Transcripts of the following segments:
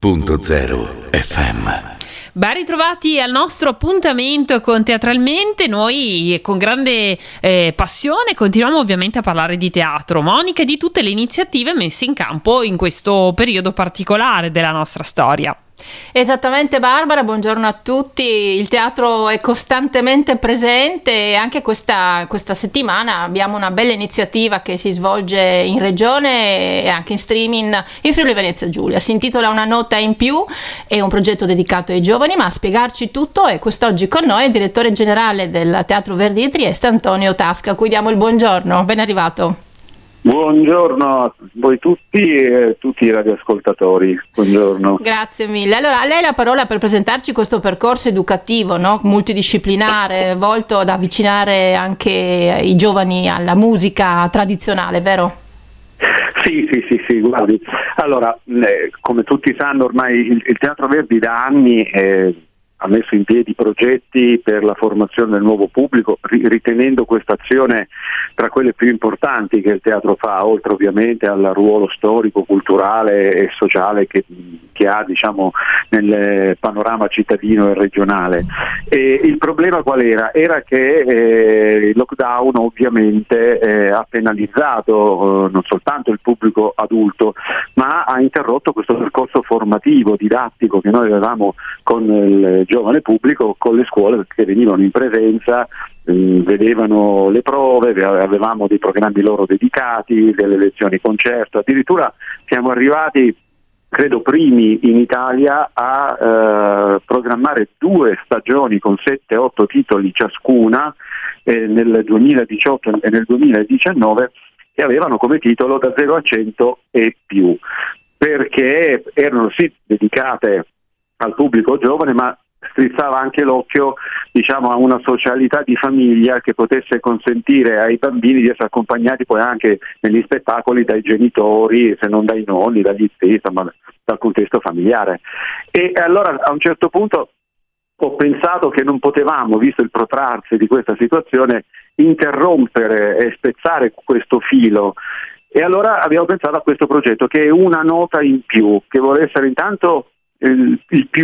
100.0 FM. Ben ritrovati al nostro appuntamento con Teatralmente. Noi con grande passione continuiamo ovviamente a parlare di teatro, Monica, e di tutte le iniziative messe in campo in questo periodo particolare della nostra storia. Esattamente, Barbara, buongiorno a tutti. Il teatro è costantemente presente e anche questa settimana abbiamo una bella iniziativa che si svolge in regione e anche in streaming in Friuli Venezia Giulia. Si intitola Una nota in più, è un progetto dedicato ai giovani, ma a spiegarci tutto è quest'oggi con noi il direttore generale del Teatro Verdi di Trieste, Antonio Tasca, a cui diamo il buongiorno. Ben arrivato. Buongiorno a voi tutti e tutti i radioascoltatori, buongiorno. Grazie mille. Allora, a lei la parola per presentarci questo percorso educativo, no? Multidisciplinare, volto ad avvicinare anche i giovani alla musica tradizionale, vero? Sì, guardi. Allora, come tutti sanno ormai il Teatro Verdi da anni ha messo in piedi progetti per la formazione del nuovo pubblico, ritenendo questa azione tra quelle più importanti che il teatro fa, oltre ovviamente al ruolo storico, culturale e sociale che ha, diciamo, nel panorama cittadino e regionale. E il problema qual era? Era che il lockdown ovviamente ha penalizzato non soltanto il pubblico adulto, ma ha interrotto questo percorso formativo, didattico che noi avevamo con il giovane pubblico, con le scuole che venivano in presenza, vedevano le prove, avevamo dei programmi loro dedicati, delle lezioni concerto, addirittura siamo arrivati, credo primi in Italia, a programmare 2 stagioni con 7-8 titoli ciascuna nel 2018 e nel 2019, che avevano come titolo Da 0 a 100 e più, perché erano sì dedicate al pubblico giovane, ma strizzava anche l'occhio, diciamo, a una socialità di famiglia che potesse consentire ai bambini di essere accompagnati poi anche negli spettacoli dai genitori, se non dai nonni, dagli zii, insomma dal contesto familiare. E allora a un certo punto ho pensato che non potevamo, visto il protrarsi di questa situazione, interrompere e spezzare questo filo. E allora abbiamo pensato a questo progetto, che è Una nota in più, che vuole essere intanto il più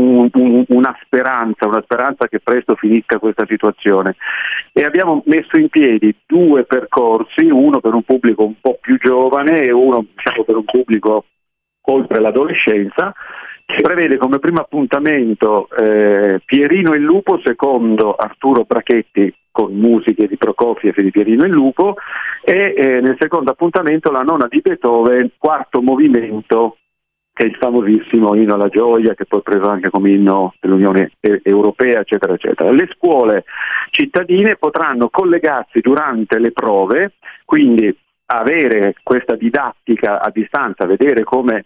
una speranza che presto finisca questa situazione, e abbiamo messo in piedi 2 percorsi, uno per un pubblico un po' più giovane e uno, diciamo, per un pubblico oltre l'adolescenza, che prevede come primo appuntamento Pierino il Lupo, secondo Arturo Brachetti con musiche di Prokofiev e di Pierino il Lupo, e nel secondo appuntamento La nona di Beethoven, quarto movimento, che è il famosissimo Inno alla gioia, che poi è preso anche come inno dell'Unione Europea, eccetera, eccetera. Le scuole cittadine potranno collegarsi durante le prove, quindi avere questa didattica a distanza, vedere come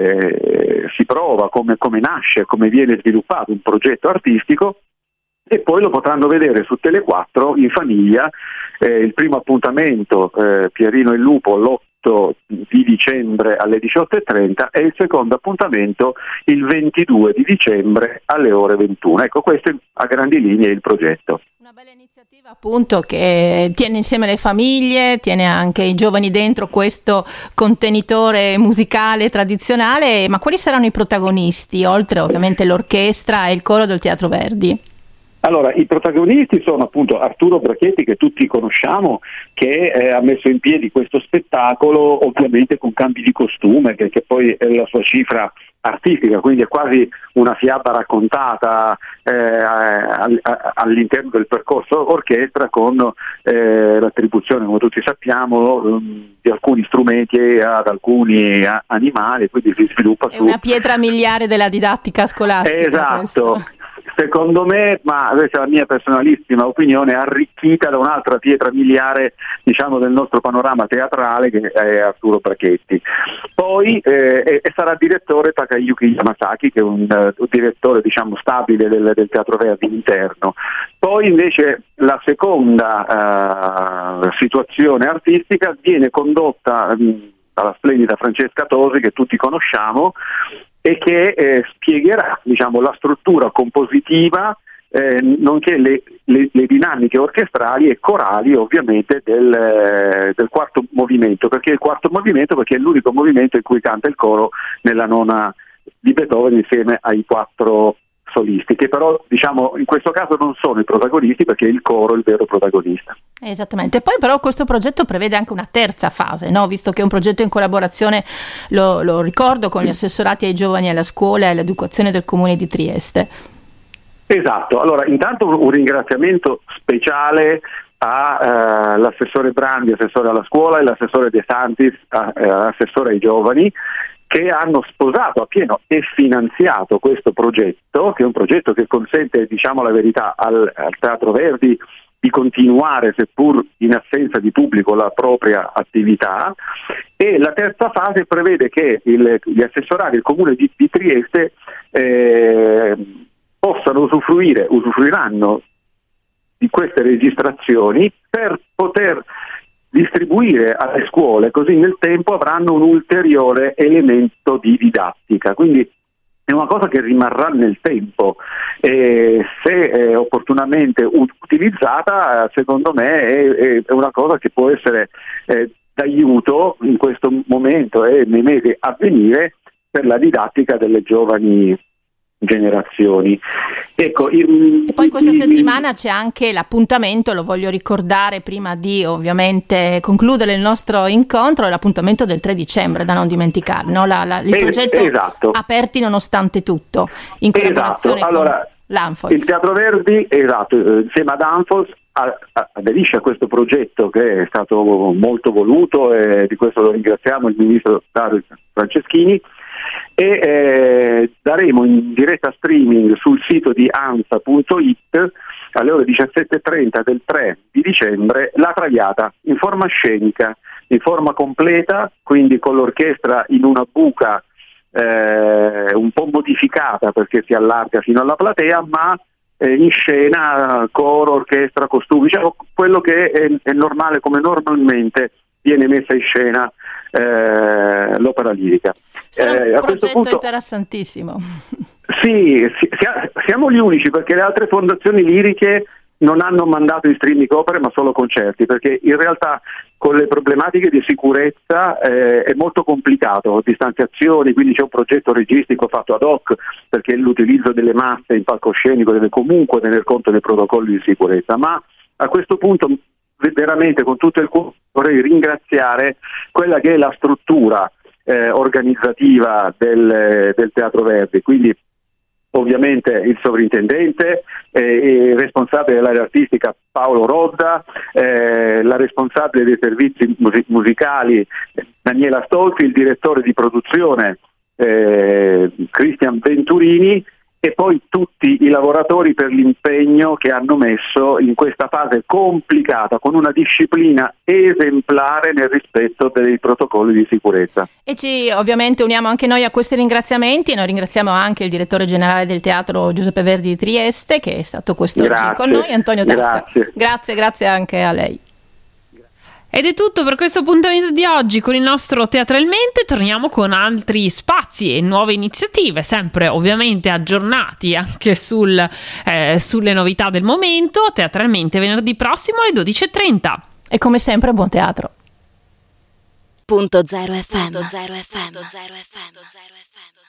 si prova, come nasce, come viene sviluppato un progetto artistico, e poi lo potranno vedere su Tele4 in famiglia. Il primo appuntamento, Pierino il Lupo, l'8 di dicembre alle 18:30, e il secondo appuntamento il 22 di dicembre alle ore 21. Ecco, questo a grandi linee è il progetto. Una bella iniziativa, appunto, che tiene insieme le famiglie, tiene anche i giovani dentro questo contenitore musicale tradizionale. Ma quali saranno i protagonisti, oltre ovviamente l'orchestra e il coro del Teatro Verdi? Allora, i protagonisti sono appunto Arturo Brachetti, che tutti conosciamo, che ha messo in piedi questo spettacolo, ovviamente con cambi di costume, che poi è la sua cifra artistica, quindi è quasi una fiaba raccontata all'interno del percorso orchestra, con l'attribuzione, come tutti sappiamo, di alcuni strumenti ad alcuni animali, quindi si sviluppa è una pietra miliare della didattica scolastica. Esatto. Questo. Secondo me, ma questa è la mia personalissima opinione, arricchita da un'altra pietra miliare, diciamo, del nostro panorama teatrale, che è Arturo Brachetti. Poi sarà direttore Takayuki Yamasaki, che è un direttore, diciamo, stabile del Teatro Verdi interno. Poi invece la seconda situazione artistica viene condotta dalla splendida Francesca Tosi, che tutti conosciamo, e che spiegherà, diciamo, la struttura compositiva, nonché le dinamiche orchestrali e corali, ovviamente, del quarto movimento. Perché il quarto movimento? Perché è l'unico movimento in cui canta il coro nella nona di Beethoven insieme ai 4 solisti, che però diciamo in questo caso non sono i protagonisti, perché è il coro il vero protagonista. Esattamente. Poi però questo progetto prevede anche una terza fase, no? Visto che è un progetto in collaborazione, lo ricordo, con gli assessorati ai giovani alla scuola e all'educazione del Comune di Trieste. Esatto, allora intanto un ringraziamento speciale all'assessore Brandi, assessore alla scuola, e l'assessore De Santis, assessore ai giovani, che hanno sposato appieno e finanziato questo progetto, che è un progetto che consente, diciamo la verità, al Teatro Verdi di continuare, seppur in assenza di pubblico, la propria attività. E la terza fase prevede che gli assessorati del Comune di Trieste possano usufruiranno di queste registrazioni per poter distribuire alle scuole, così nel tempo avranno un ulteriore elemento di didattica. Quindi è una cosa che rimarrà nel tempo, e se opportunamente utilizzata, secondo me è una cosa che può essere d'aiuto in questo momento e nei mesi a venire per la didattica delle giovani generazioni. Ecco, e poi questa settimana c'è anche l'appuntamento, lo voglio ricordare prima di ovviamente concludere il nostro incontro, l'appuntamento del 3 dicembre da non dimenticare, no? Il progetto esatto. Aperti nonostante tutto, in collaborazione con l'Anfols. Il Teatro Verdi, esatto, insieme ad Anfols aderisce a questo progetto che è stato molto voluto, e di questo lo ringraziamo il ministro Dario Franceschini, e daremo in diretta streaming sul sito di ansa.it alle ore 17:30 del 3 di dicembre la Traviata in forma scenica, in forma completa, quindi con l'orchestra in una buca un po' modificata perché si allarga fino alla platea, ma in scena coro, orchestra, costumi, diciamo quello che è normale, come normalmente viene messa in scena l'opera lirica. Sarà un a progetto questo punto, interessantissimo. Sì, siamo gli unici, perché le altre fondazioni liriche non hanno mandato in streaming opere ma solo concerti, perché in realtà con le problematiche di sicurezza è molto complicato, distanziazioni, quindi c'è un progetto registico fatto ad hoc, perché l'utilizzo delle masse in palcoscenico deve comunque tener conto dei protocolli di sicurezza. Ma a questo punto veramente con tutto il cuore vorrei ringraziare quella che è la struttura organizzativa del Teatro Verdi, quindi ovviamente il sovrintendente, il responsabile dell'area artistica Paolo Rodda, la responsabile dei servizi musicali Daniela Stolfi, il direttore di produzione Cristian Venturini, e poi tutti i lavoratori per l'impegno che hanno messo in questa fase complicata, con una disciplina esemplare nel rispetto dei protocolli di sicurezza. E ci ovviamente uniamo anche noi a questi ringraziamenti, e noi ringraziamo anche il direttore generale del Teatro Giuseppe Verdi di Trieste, che è stato quest'oggi con noi, Antonio Tasca. Grazie anche a lei. Ed è tutto per questo appuntamento di oggi con il nostro Teatralmente. Torniamo con altri spazi e nuove iniziative, sempre ovviamente aggiornati anche sulle novità del momento. Teatralmente venerdì prossimo alle 12:30. E come sempre buon teatro. .0 FM.